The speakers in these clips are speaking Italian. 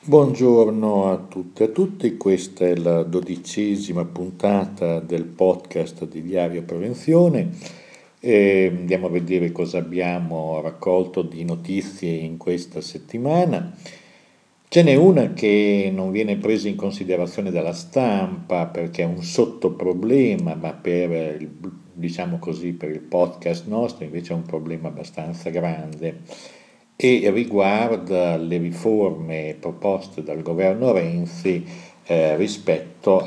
Buongiorno a tutte e a tutti, questa è la 12ª puntata del podcast di Diario Prevenzione e andiamo a vedere cosa abbiamo raccolto di notizie in questa settimana. Ce n'è una che non viene presa in considerazione dalla stampa perché è un sottoproblema, ma diciamo così, per il podcast nostro invece è un problema abbastanza grande e riguarda le riforme proposte dal governo Renzi rispetto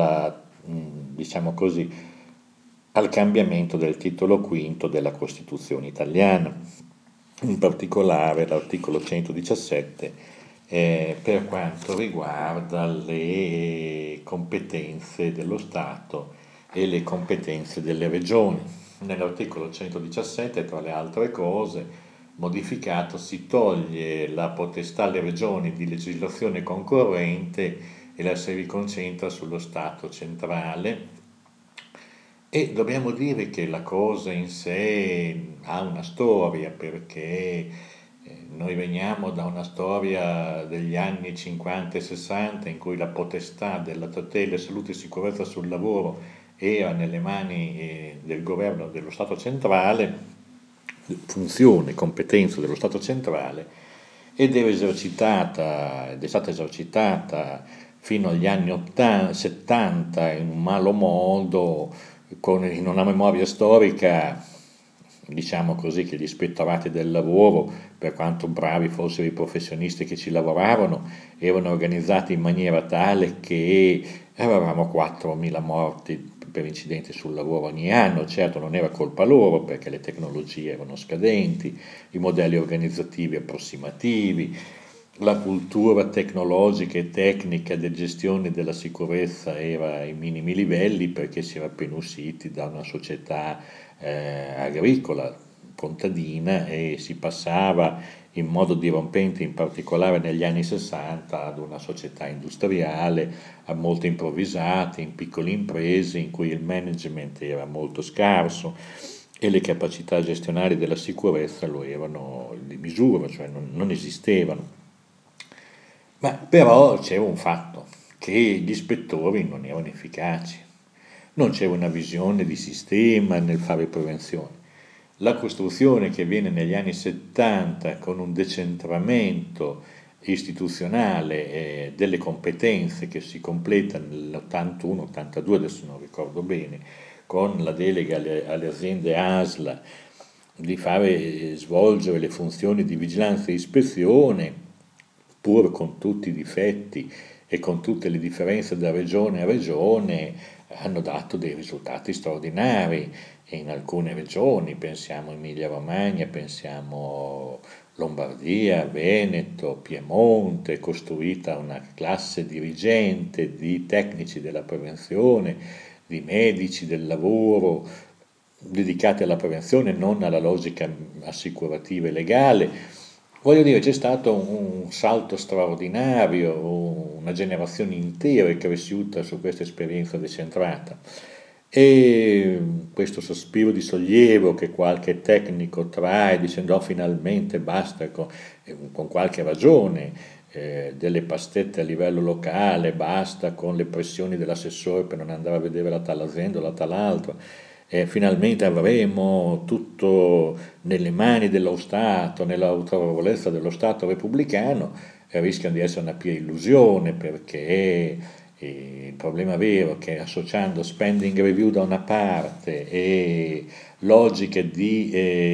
diciamo così, al cambiamento del titolo quinto della Costituzione italiana, in particolare l'articolo 117 per quanto riguarda le competenze dello Stato e le competenze delle regioni. Nell'articolo 117, tra le altre cose, modificato, si toglie la potestà alle regioni di legislazione concorrente e la si riconcentra sullo Stato centrale. E dobbiamo dire che la cosa in sé ha una storia, perché noi veniamo da una storia degli anni 50 e 60 in cui la potestà della tutela, salute e sicurezza sul lavoro era nelle mani del governo dello Stato centrale, funzione, competenza dello Stato centrale, ed è stata esercitata fino agli anni 80, 70 in un malo modo, in una memoria storica, diciamo così, che gli ispettorati del lavoro, per quanto bravi fossero i professionisti che ci lavoravano, erano organizzati in maniera tale che avevamo 4.000 morti per incidenti sul lavoro ogni anno. Certo, non era colpa loro perché le tecnologie erano scadenti, i modelli organizzativi approssimativi, la cultura tecnologica e tecnica di gestione della sicurezza era ai minimi livelli perché si era appena usciti da una società agricola, contadina, e si passava in modo dirompente, in particolare negli anni 60, ad una società industriale, a molto improvvisata, in piccole imprese in cui il management era molto scarso e le capacità gestionali della sicurezza lo erano di misura, cioè non esistevano. Ma però c'era un fatto, che gli ispettori non erano efficaci, non c'era una visione di sistema nel fare prevenzione. La costruzione che avviene negli anni 70 con un decentramento istituzionale delle competenze che si completa nell'81-82, adesso non ricordo bene, con la delega alle aziende ASL di fare svolgere le funzioni di vigilanza e ispezione, pur con tutti i difetti e con tutte le differenze da regione a regione, hanno dato dei risultati straordinari. E in alcune regioni, pensiamo Emilia-Romagna, pensiamo Lombardia, Veneto, Piemonte, costruita una classe dirigente di tecnici della prevenzione, di medici del lavoro, dedicati alla prevenzione, non alla logica assicurativa e legale. Voglio dire, c'è stato un salto straordinario, una generazione intera è cresciuta su questa esperienza decentrata. E questo sospiro di sollievo che qualche tecnico trae dicendo "Oh, finalmente basta con qualche ragione, delle pastette a livello locale, basta con le pressioni dell'assessore per non andare a vedere la tal azienda o la tal altra, finalmente avremo tutto nelle mani dello Stato, nell'autorevolezza dello Stato repubblicano", rischiano di essere una pia illusione, perché il problema vero è che associando spending review da una parte e logiche di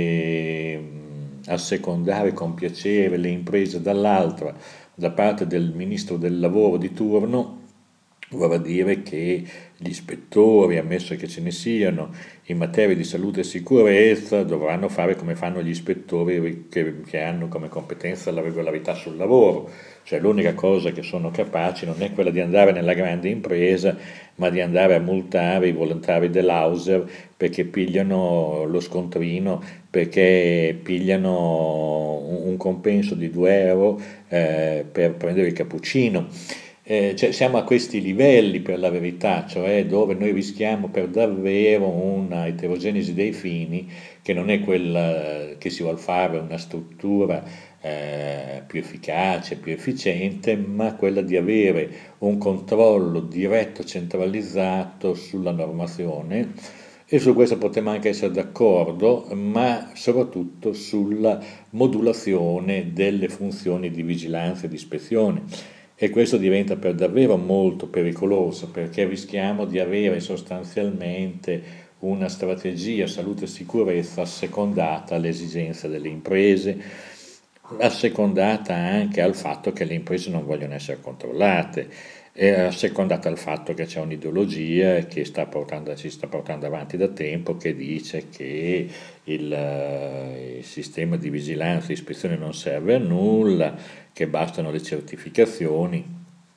assecondare con piacere le imprese dall'altra, da parte del ministro del lavoro di turno, vorrà dire che gli ispettori, ammesso che ce ne siano, in materia di salute e sicurezza dovranno fare come fanno gli ispettori che hanno come competenza la regolarità sul lavoro, cioè l'unica cosa che sono capaci non è quella di andare nella grande impresa, ma di andare a multare i volontari dell'Auser perché pigliano lo scontrino, perché pigliano un compenso di 2 euro per prendere il cappuccino. Cioè siamo a questi livelli per la verità, cioè dove noi rischiamo per davvero una eterogenesi dei fini che non è quella che si vuol fare una struttura più efficace, più efficiente, ma quella di avere un controllo diretto, centralizzato sulla normazione e su questo potremmo anche essere d'accordo, ma soprattutto sulla modulazione delle funzioni di vigilanza e di ispezione. E questo diventa per davvero molto pericoloso perché rischiamo di avere sostanzialmente una strategia salute e sicurezza assecondata alle esigenze delle imprese, assecondata anche al fatto che le imprese non vogliono essere controllate, è assecondata al fatto che c'è un'ideologia che ci sta portando avanti da tempo che dice che il sistema di vigilanza e ispezione non serve a nulla, che bastano le certificazioni,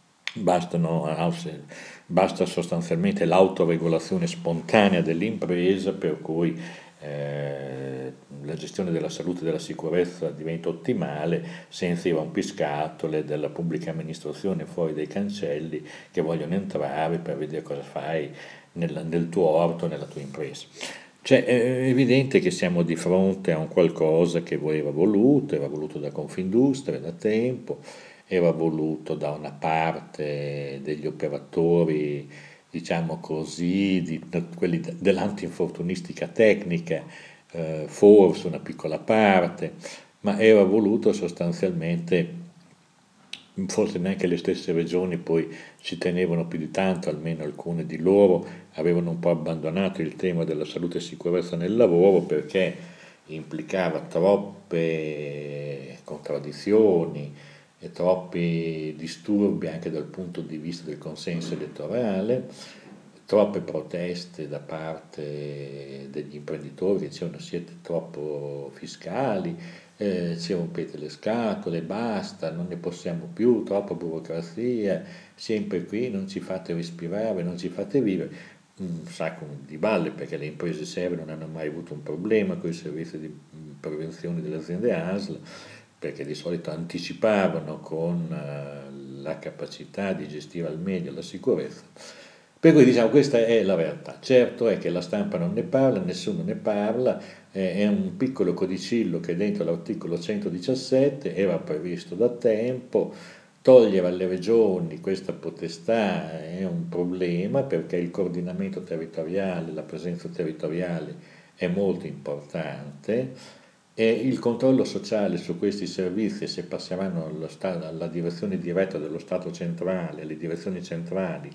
basta sostanzialmente l'autoregolazione spontanea dell'impresa, per cui la gestione della salute e della sicurezza diventa ottimale senza i rompiscatole della pubblica amministrazione fuori dai cancelli che vogliono entrare per vedere cosa fai nel tuo orto, nella tua impresa. Cioè, è evidente che siamo di fronte a un qualcosa che era voluto da Confindustria da tempo, era voluto da una parte degli operatori, diciamo così, quelli dell'antinfortunistica tecnica, forse una piccola parte, ma era voluto sostanzialmente, forse neanche le stesse regioni poi ci tenevano più di tanto, almeno alcune di loro avevano un po' abbandonato il tema della salute e sicurezza nel lavoro perché implicava troppe contraddizioni e troppi disturbi anche dal punto di vista del consenso elettorale, troppe proteste da parte degli imprenditori che dicevano siete troppo fiscali, ci rompete le scatole, basta, non ne possiamo più, troppa burocrazia, sempre qui, non ci fate respirare, non ci fate vivere. Un sacco di balle perché le imprese serie non hanno mai avuto un problema con i servizi di prevenzione delle aziende ASL perché di solito anticipavano con la capacità di gestire al meglio la sicurezza. Per cui diciamo questa è la realtà. Certo è che la stampa non ne parla, nessuno ne parla, è un piccolo codicillo che dentro l'articolo 117 era previsto da tempo, togliere alle regioni questa potestà è un problema perché il coordinamento territoriale, la presenza territoriale è molto importante e il controllo sociale su questi servizi, se passeranno alla direzione diretta dello Stato centrale, alle direzioni centrali,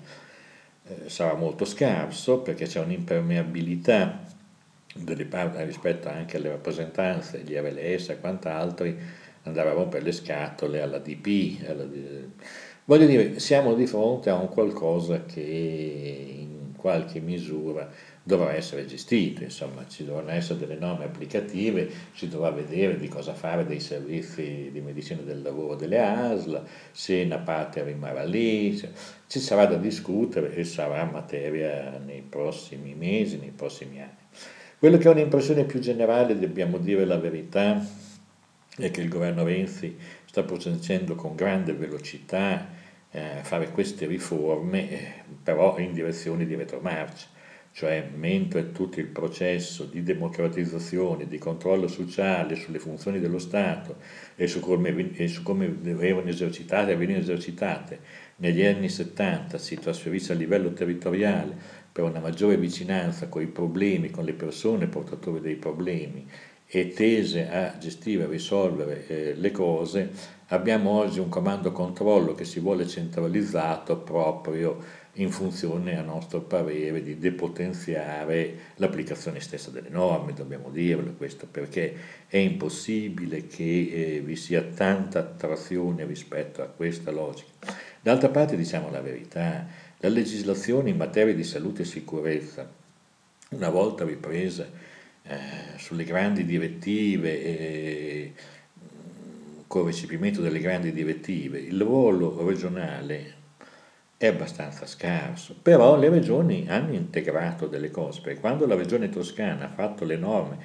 sarà molto scarso perché c'è un'impermeabilità delle parti rispetto anche alle rappresentanze, gli RLS e quant'altri, andare a rompere le scatole alla DP. Voglio dire, siamo di fronte a un qualcosa che in qualche misura dovrà essere gestito, insomma, ci dovranno essere delle norme applicative, si dovrà vedere di cosa fare dei servizi di medicina del lavoro delle ASL, se una parte rimarrà lì, ci sarà da discutere e sarà materia nei prossimi mesi, nei prossimi anni. Quello che è un'impressione più generale, dobbiamo dire la verità, è che il governo Renzi sta procedendo con grande velocità a fare queste riforme, però in direzione di retromarcia. Cioè, mentre tutto il processo di democratizzazione, di controllo sociale sulle funzioni dello Stato e su come dovevano esercitate e venire esercitate negli anni 70 si trasferisce a livello territoriale per una maggiore vicinanza con i problemi, con le persone portatori dei problemi e tese a gestire e risolvere le cose, abbiamo oggi un comando controllo che si vuole centralizzato proprio in funzione, a nostro parere, di depotenziare l'applicazione stessa delle norme, dobbiamo dirlo questo, perché è impossibile che vi sia tanta attrazione rispetto a questa logica. D'altra parte diciamo la verità, la legislazione in materia di salute e sicurezza, una volta ripresa sulle grandi direttive e col recepimento delle grandi direttive, il ruolo regionale è abbastanza scarso, però le regioni hanno integrato delle cose, perché quando la regione toscana ha fatto le norme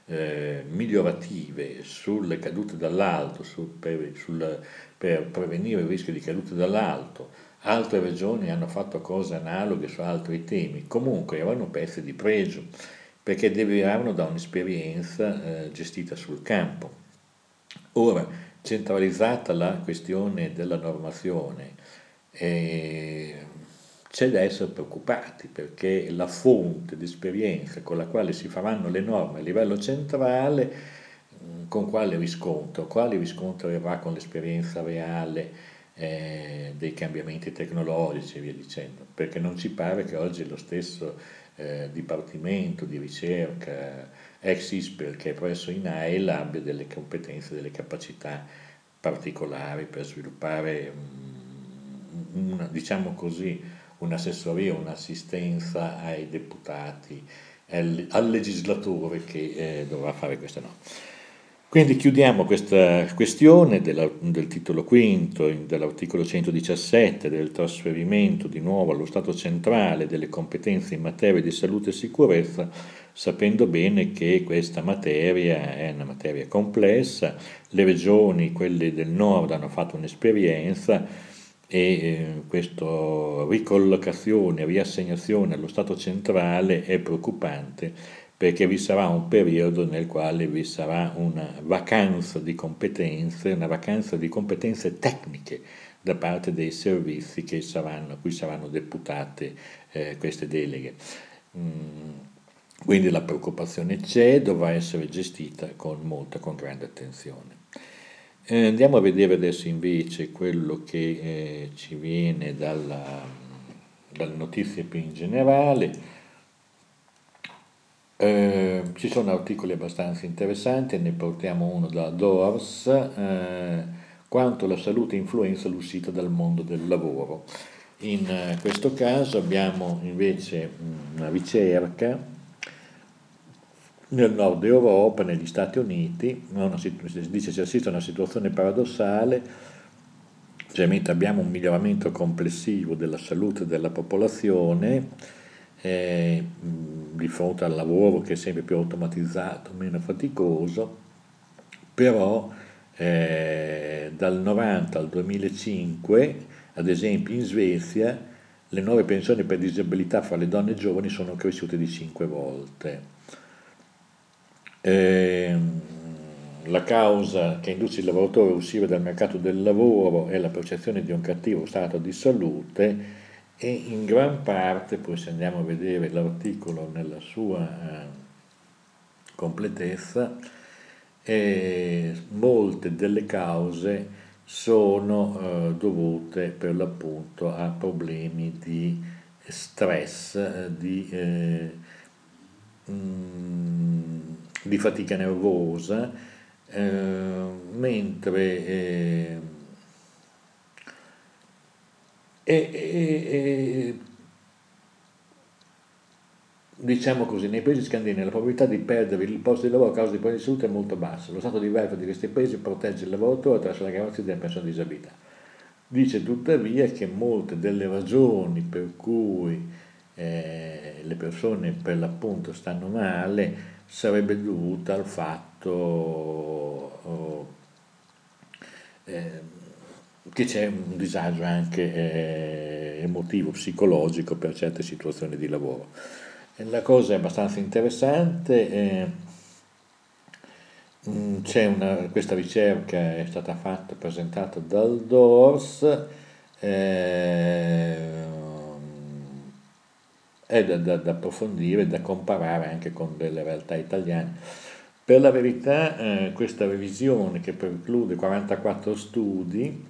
migliorative sulle cadute dall'alto, per prevenire il rischio di cadute dall'alto, altre regioni hanno fatto cose analoghe su altri temi, comunque erano pezzi di pregio, perché derivavano da un'esperienza gestita sul campo. Ora, centralizzata la questione della normazione, eh, c'è da essere preoccupati perché la fonte di esperienza con la quale si faranno le norme a livello centrale, con quale riscontro? Quale riscontro avrà con l'esperienza reale dei cambiamenti tecnologici e via dicendo? Perché non ci pare che oggi lo stesso dipartimento di ricerca ex ISPER che è presso INAIL abbia delle competenze, delle capacità particolari per sviluppare diciamo così, un'assessoria, un'assistenza ai deputati, al legislatore che dovrà fare queste norme. Quindi chiudiamo questa questione del titolo quinto, dell'articolo 117, del trasferimento di nuovo allo Stato centrale delle competenze in materia di salute e sicurezza, sapendo bene che questa materia è una materia complessa, le regioni, quelle del nord, hanno fatto un'esperienza e questa ricollocazione, riassegnazione allo Stato centrale è preoccupante perché vi sarà un periodo nel quale vi sarà una vacanza di competenze, una vacanza di competenze tecniche da parte dei servizi a cui saranno deputate queste deleghe. Quindi la preoccupazione c'è, dovrà essere gestita con grande attenzione. Andiamo a vedere adesso invece quello che ci viene dalle notizie più in generale. Ci sono articoli abbastanza interessanti, ne portiamo uno da Doors, quanto la salute influenza l'uscita dal mondo del lavoro. In questo caso abbiamo invece una ricerca nel nord Europa, negli Stati Uniti, si dice si assiste a una situazione paradossale, cioè mentre abbiamo un miglioramento complessivo della salute della popolazione, di fronte al lavoro che è sempre più automatizzato, meno faticoso, però dal 90 al 2005, ad esempio in Svezia, le nuove pensioni per disabilità fra le donne giovani sono cresciute di 5 volte. La causa che induce il lavoratore a uscire dal mercato del lavoro è la percezione di un cattivo stato di salute e in gran parte, poi se andiamo a vedere l'articolo nella sua completezza, molte delle cause sono dovute per l'appunto a problemi di stress, di fatica nervosa, mentre e, diciamo così, nei paesi scandinavi la probabilità di perdere il posto di lavoro a causa di problemi di salute è molto bassa. Lo stato di welfare di questi paesi protegge il lavoratore attraverso la garanzia della pensione di disabilità. Dice tuttavia che molte delle ragioni per cui le persone per l'appunto stanno male sarebbe dovuta al fatto che c'è un disagio anche emotivo, psicologico per certe situazioni di lavoro. E la cosa è abbastanza interessante, questa ricerca è stata fatta, presentata dal DORS, eh, è da approfondire, da comparare anche con delle realtà italiane. Per la verità, questa revisione che preclude 44 studi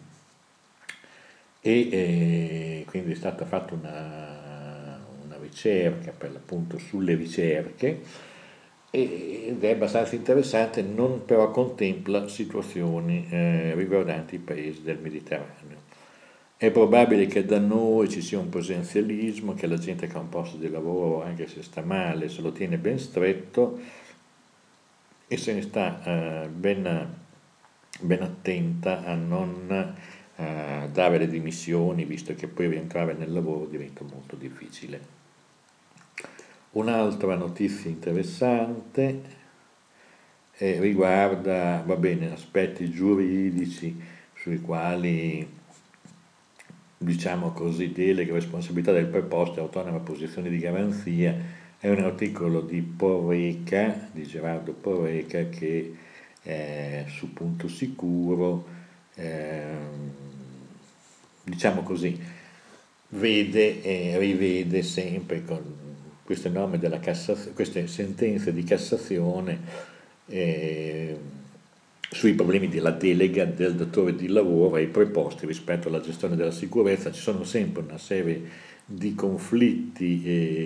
quindi è stata fatta una ricerca per l'appunto sulle ricerche ed è abbastanza interessante, non però contempla situazioni riguardanti i paesi del Mediterraneo. È probabile che da noi ci sia un presenzialismo, che la gente che ha un posto di lavoro, anche se sta male, se lo tiene ben stretto e se ne sta ben attenta a non dare le dimissioni, visto che poi rientrare nel lavoro diventa molto difficile. Un'altra notizia interessante riguarda, va bene, aspetti giuridici sui quali diciamo così, delega e responsabilità del preposto e autonoma posizione di garanzia, è un articolo di Porreca, di Gerardo Porreca, che su Punto Sicuro, diciamo così, vede e rivede sempre con queste norme della Cassazione, queste sentenze di Cassazione eh, sui problemi della delega del datore di lavoro ai preposti rispetto alla gestione della sicurezza. Ci sono sempre una serie di conflitti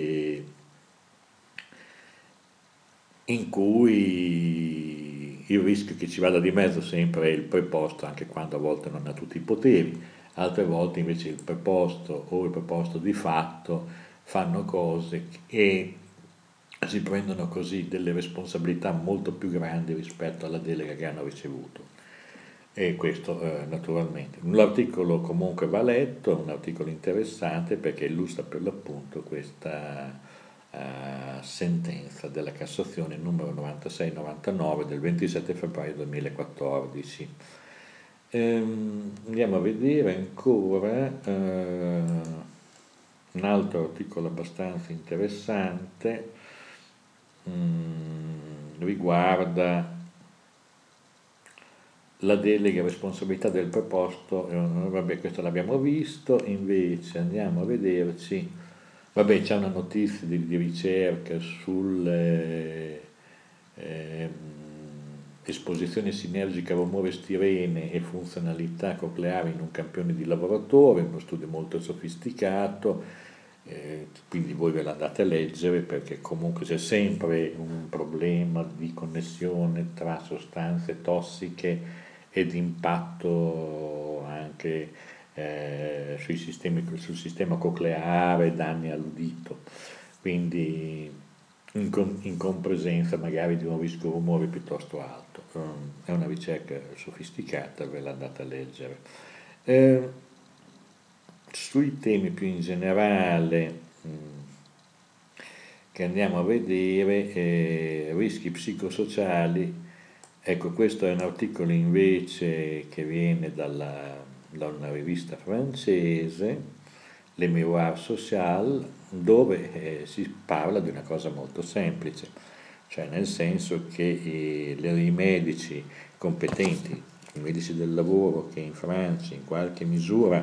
in cui il rischio che ci vada di mezzo sempre è il preposto, anche quando a volte non ha tutti i poteri, altre volte invece il preposto o il preposto di fatto fanno cose e si prendono così delle responsabilità molto più grandi rispetto alla delega che hanno ricevuto. E questo naturalmente. L'articolo comunque va letto, è un articolo interessante perché illustra per l'appunto questa sentenza della Cassazione numero 9699 del 27 febbraio 2014. Andiamo a vedere ancora un altro articolo abbastanza interessante, riguarda la delega e responsabilità del preposto. Vabbè, questo l'abbiamo visto, invece andiamo a vederci, vabbè, c'è una notizia di ricerca sulle esposizione sinergica rumore stirene e funzionalità cocleari in un campione di lavoratore, uno studio molto sofisticato, quindi voi ve l'andate a leggere perché comunque c'è sempre un problema di connessione tra sostanze tossiche ed impatto anche sul sistema cocleare, danni all'udito, quindi in compresenza magari di un rischio rumore piuttosto alto. È una ricerca sofisticata, ve l'andate a leggere. Eh, Sui temi più in generale che andiamo a vedere, rischi psicosociali, ecco questo è un articolo invece che viene da una rivista francese, Le Miroir Social, dove si parla di una cosa molto semplice, cioè nel senso che i medici competenti, i medici del lavoro che in Francia in qualche misura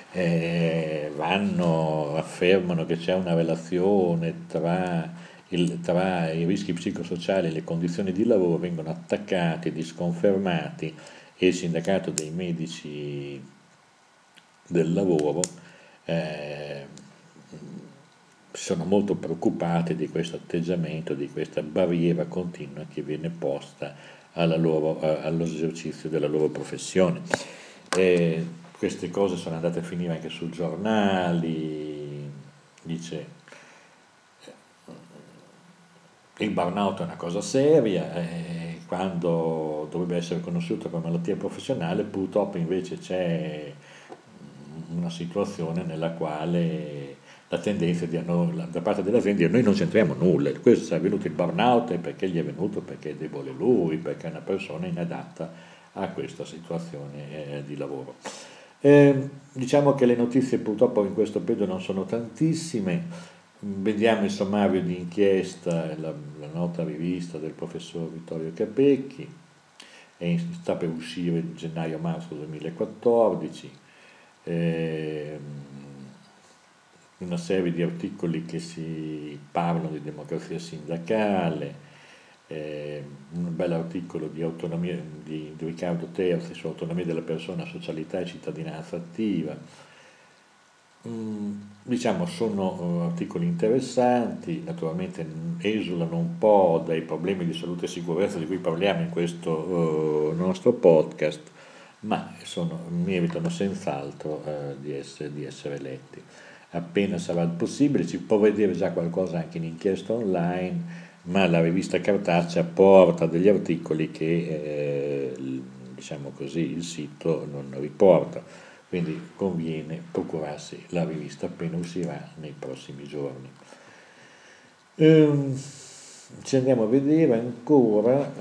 affermano che c'è una relazione tra i rischi psicosociali e le condizioni di lavoro, vengono attaccati, disconfermati e il sindacato dei medici del lavoro eh, sono molto preoccupati di questo atteggiamento, di questa barriera continua che viene posta all'esercizio della loro professione. Queste cose sono andate a finire anche sui giornali, dice il burnout è una cosa seria, quando dovrebbe essere conosciuto come malattia professionale, purtroppo invece c'è una situazione nella quale la tendenza da parte delle aziende noi non c'entriamo nulla, questo se è avvenuto il burnout è perché gli è venuto, perché è debole lui, perché è una persona inadatta a questa situazione di lavoro. Diciamo che le notizie purtroppo in questo periodo non sono tantissime. Vediamo il sommario di inchiesta, la nota rivista del professor Vittorio Capecchi, sta per uscire in gennaio-marzo 2014, ehm, una serie di articoli che si parlano di democrazia sindacale, un bel articolo di autonomia di Riccardo Terzi su autonomia della persona, socialità e cittadinanza attiva. Diciamo sono articoli interessanti, naturalmente esulano un po' dai problemi di salute e sicurezza di cui parliamo in questo nostro podcast, ma meritano senz'altro di essere letti. Appena sarà possibile si può vedere già qualcosa anche in inchiesta online, ma la rivista cartacea porta degli articoli che diciamo così il sito non riporta, quindi conviene procurarsi la rivista appena uscirà nei prossimi giorni. Ehm, Ci andiamo a vedere ancora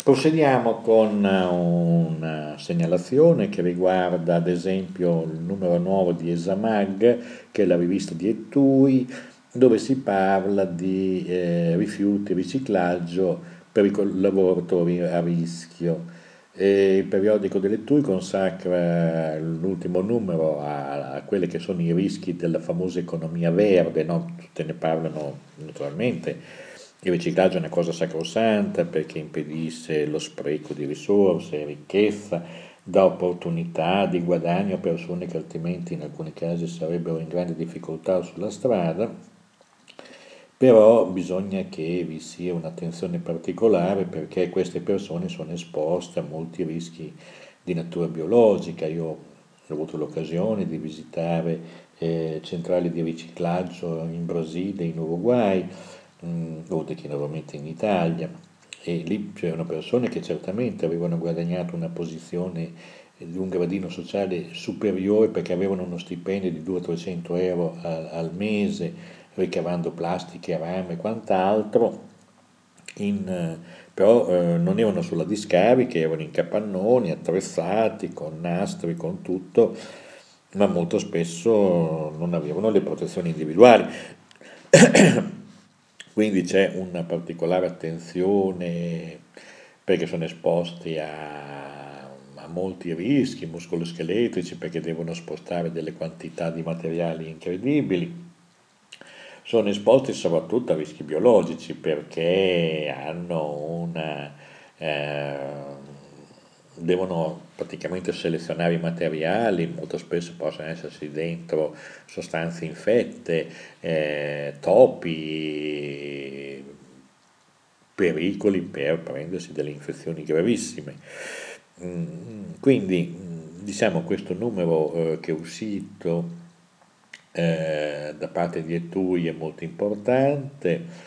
Procediamo con una segnalazione che riguarda ad esempio il numero nuovo di Esamag, che è la rivista di Etui, dove si parla di rifiuti e riciclaggio per i lavoratori a rischio. Il periodico dell'Etui consacra l'ultimo numero a quelli che sono i rischi della famosa economia verde, no? Tutte ne parlano naturalmente. Il riciclaggio è una cosa sacrosanta perché impedisce lo spreco di risorse, ricchezza, dà opportunità di guadagno a persone che altrimenti in alcuni casi sarebbero in grande difficoltà sulla strada, però bisogna che vi sia un'attenzione particolare perché queste persone sono esposte a molti rischi di natura biologica. Io ho avuto l'occasione di visitare centrali di riciclaggio in Brasile, in Uruguay, oltre che nuovamente in Italia, e lì c'erano persone che certamente avevano guadagnato una posizione di un gradino sociale superiore perché avevano uno stipendio di 200-300 euro al mese, ricavando plastiche, rame e quant'altro, però non erano sulla discarica, erano in capannoni attrezzati, con nastri, con tutto, ma molto spesso non avevano le protezioni individuali. Quindi c'è una particolare attenzione perché sono esposti a molti rischi muscoloscheletrici perché devono spostare delle quantità di materiali incredibili. Sono esposti soprattutto a rischi biologici perché hanno devono praticamente selezionare i materiali, molto spesso possono esserci dentro sostanze infette, topi, pericoli per prendersi delle infezioni gravissime. Quindi diciamo questo numero che è uscito da parte di Etui è molto importante.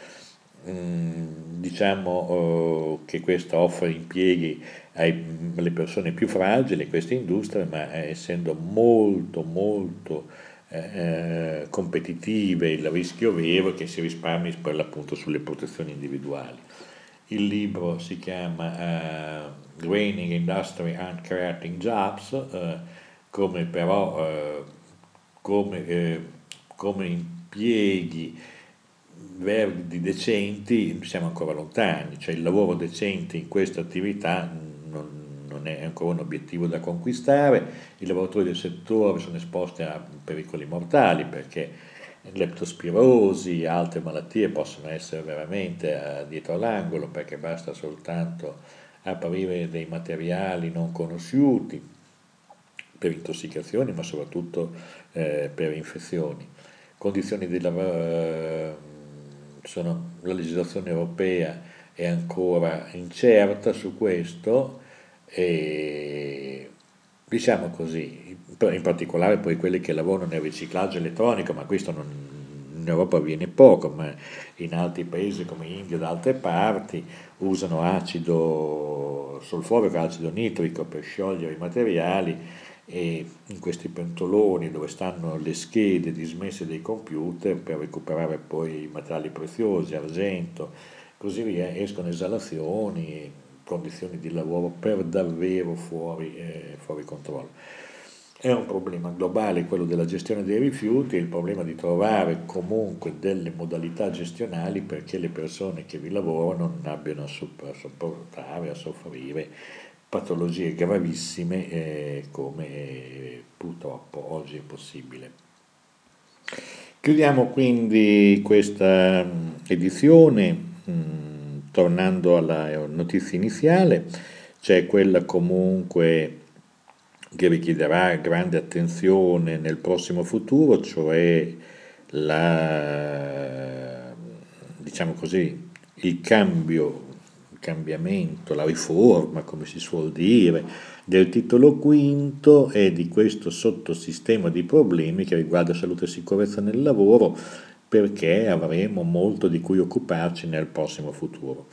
Diciamo che questo offre impieghi alle persone più fragili, queste industrie, ma essendo molto competitive, il rischio vero è che si risparmi per l'appunto sulle protezioni individuali. Il libro si chiama Graining Industry and Creating Jobs, come però come, come impieghi verdi decenti siamo ancora lontani, cioè il lavoro decente in questa attività non è ancora un obiettivo da conquistare, i lavoratori del settore sono esposti a pericoli mortali perché leptospirosi, altre malattie possono essere veramente dietro l'angolo perché basta soltanto aprire dei materiali non conosciuti per intossicazioni ma soprattutto per infezioni. Condizioni di lavoro, la legislazione europea è ancora incerta su questo e diciamo così, in particolare poi quelli che lavorano nel riciclaggio elettronico, ma questo in Europa avviene poco, ma in altri paesi come India o da altre parti usano acido solforico, acido nitrico per sciogliere i materiali e in questi pentoloni dove stanno le schede dismesse dei computer per recuperare poi i materiali preziosi, argento, così via, escono esalazioni, condizioni di lavoro per davvero fuori controllo. È un problema globale quello della gestione dei rifiuti, è il problema di trovare comunque delle modalità gestionali perché le persone che vi lavorano non abbiano a sopportare, a soffrire patologie gravissime come purtroppo oggi è possibile. Chiudiamo quindi questa edizione, tornando alla notizia iniziale, c'è quella comunque che richiederà grande attenzione nel prossimo futuro, cioè diciamo così, il cambiamento, la riforma, come si suol dire, del titolo quinto e di questo sottosistema di problemi che riguarda salute e sicurezza nel lavoro, perché avremo molto di cui occuparci nel prossimo futuro.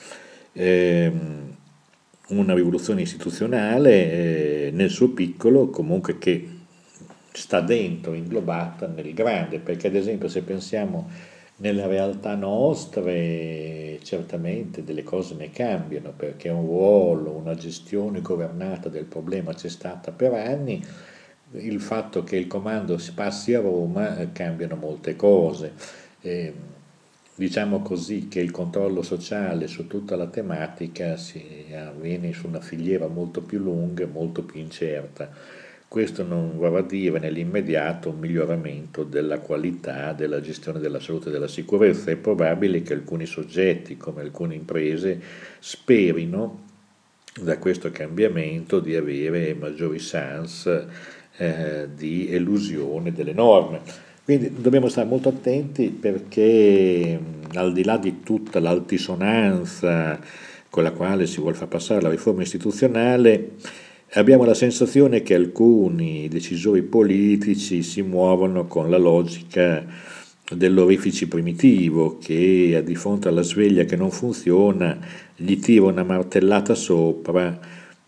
Una rivoluzione istituzionale nel suo piccolo, comunque che sta dentro, inglobata nel grande, perché ad esempio se pensiamo nelle realtà nostre certamente delle cose ne cambiano, perché un ruolo, una gestione governata del problema c'è stata per anni. Il fatto che il comando si passi a Roma cambiano molte cose. Eh, diciamo così che il controllo sociale su tutta la tematica si avviene su una filiera molto più lunga e molto più incerta. Questo non vorrà dire nell'immediato un miglioramento della qualità della gestione della salute e della sicurezza. È probabile che alcuni soggetti, come alcune imprese, sperino da questo cambiamento di avere maggiori chance di elusione delle norme. Quindi dobbiamo stare molto attenti perché al di là di tutta l'altisonanza con la quale si vuole far passare la riforma istituzionale, abbiamo la sensazione che alcuni decisori politici si muovono con la logica dell'orefice primitivo che di fronte alla sveglia che non funziona gli tira una martellata sopra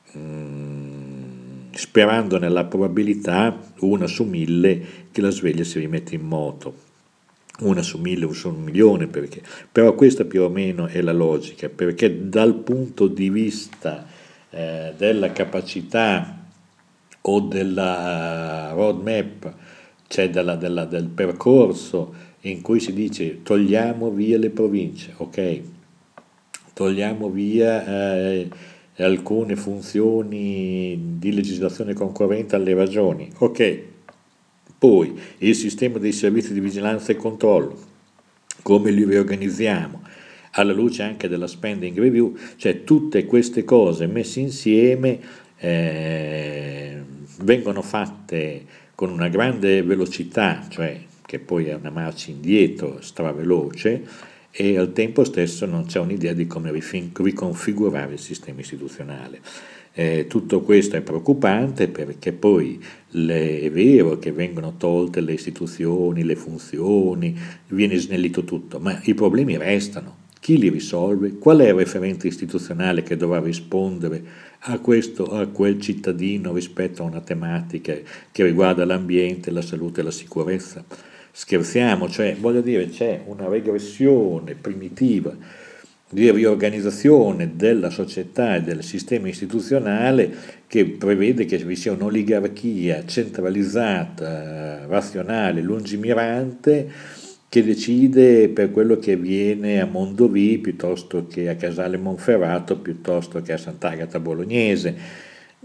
sperando nella probabilità, una su 1000, che la sveglia si rimette in moto. Una su 1000 o su 1 milione, perché. Però questa più o meno è la logica, perché dal punto di vista della capacità o della roadmap, cioè del percorso in cui si dice togliamo via le province, ok, togliamo via alcune funzioni di legislazione concorrente alle regioni, ok, poi il sistema dei servizi di vigilanza e controllo, come li riorganizziamo, alla luce anche della spending review, cioè tutte queste cose messe insieme eh, vengono fatte con una grande velocità, cioè che poi è una marcia indietro straveloce, e al tempo stesso non c'è un'idea di come riconfigurare il sistema istituzionale. Tutto questo è preoccupante perché poi è vero che vengono tolte le istituzioni, le funzioni, viene snellito tutto, ma i problemi restano. Chi li risolve? Qual è il referente istituzionale che dovrà rispondere a questo o a quel cittadino rispetto a una tematica che riguarda l'ambiente, la salute e la sicurezza? Scherziamo, cioè voglio dire c'è una regressione primitiva di riorganizzazione della società e del sistema istituzionale che prevede che vi sia un'oligarchia centralizzata, razionale, lungimirante, che decide per quello che avviene a Mondovì piuttosto che a Casale Monferrato, piuttosto che a Sant'Agata Bolognese.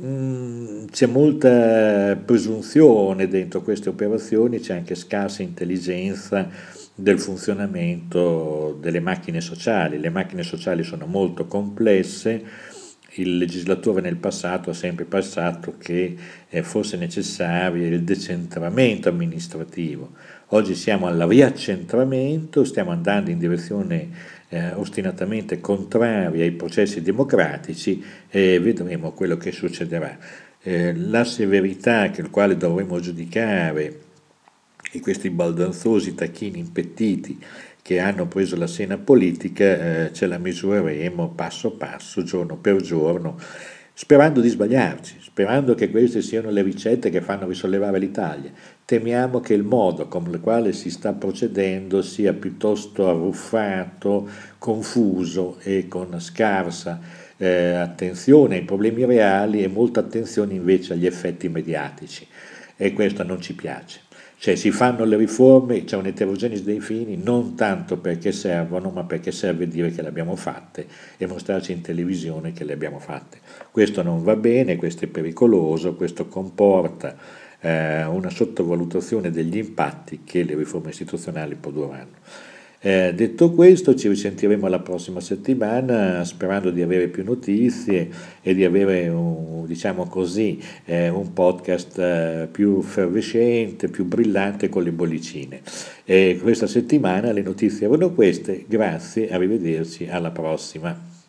C'è molta presunzione dentro queste operazioni, c'è anche scarsa intelligenza del funzionamento delle macchine sociali. Le macchine sociali sono molto complesse, il legislatore nel passato ha sempre pensato che fosse necessario il decentramento amministrativo. Oggi siamo al riaccentramento, stiamo andando in direzione ostinatamente contraria ai processi democratici e vedremo quello che succederà. La severità con la quale dovremo giudicare e questi baldanzosi tacchini impettiti che hanno preso la scena politica ce la misureremo passo passo, giorno per giorno, sperando di sbagliarci, sperando che queste siano le ricette che fanno risollevare l'Italia. Temiamo che il modo con il quale si sta procedendo sia piuttosto arruffato, confuso e con scarsa attenzione ai problemi reali e molta attenzione invece agli effetti mediatici. E questo non ci piace. Cioè si fanno le riforme, c'è un'eterogenesi dei fini, non tanto perché servono, ma perché serve dire che le abbiamo fatte e mostrarci in televisione che le abbiamo fatte. Questo non va bene, questo è pericoloso, questo comporta una sottovalutazione degli impatti che le riforme istituzionali produrranno. Detto questo, ci risentiremo la prossima settimana sperando di avere più notizie e di avere, diciamo così, un podcast più effervescente, più brillante con le bollicine. Questa settimana le notizie erano queste, grazie, arrivederci, alla prossima.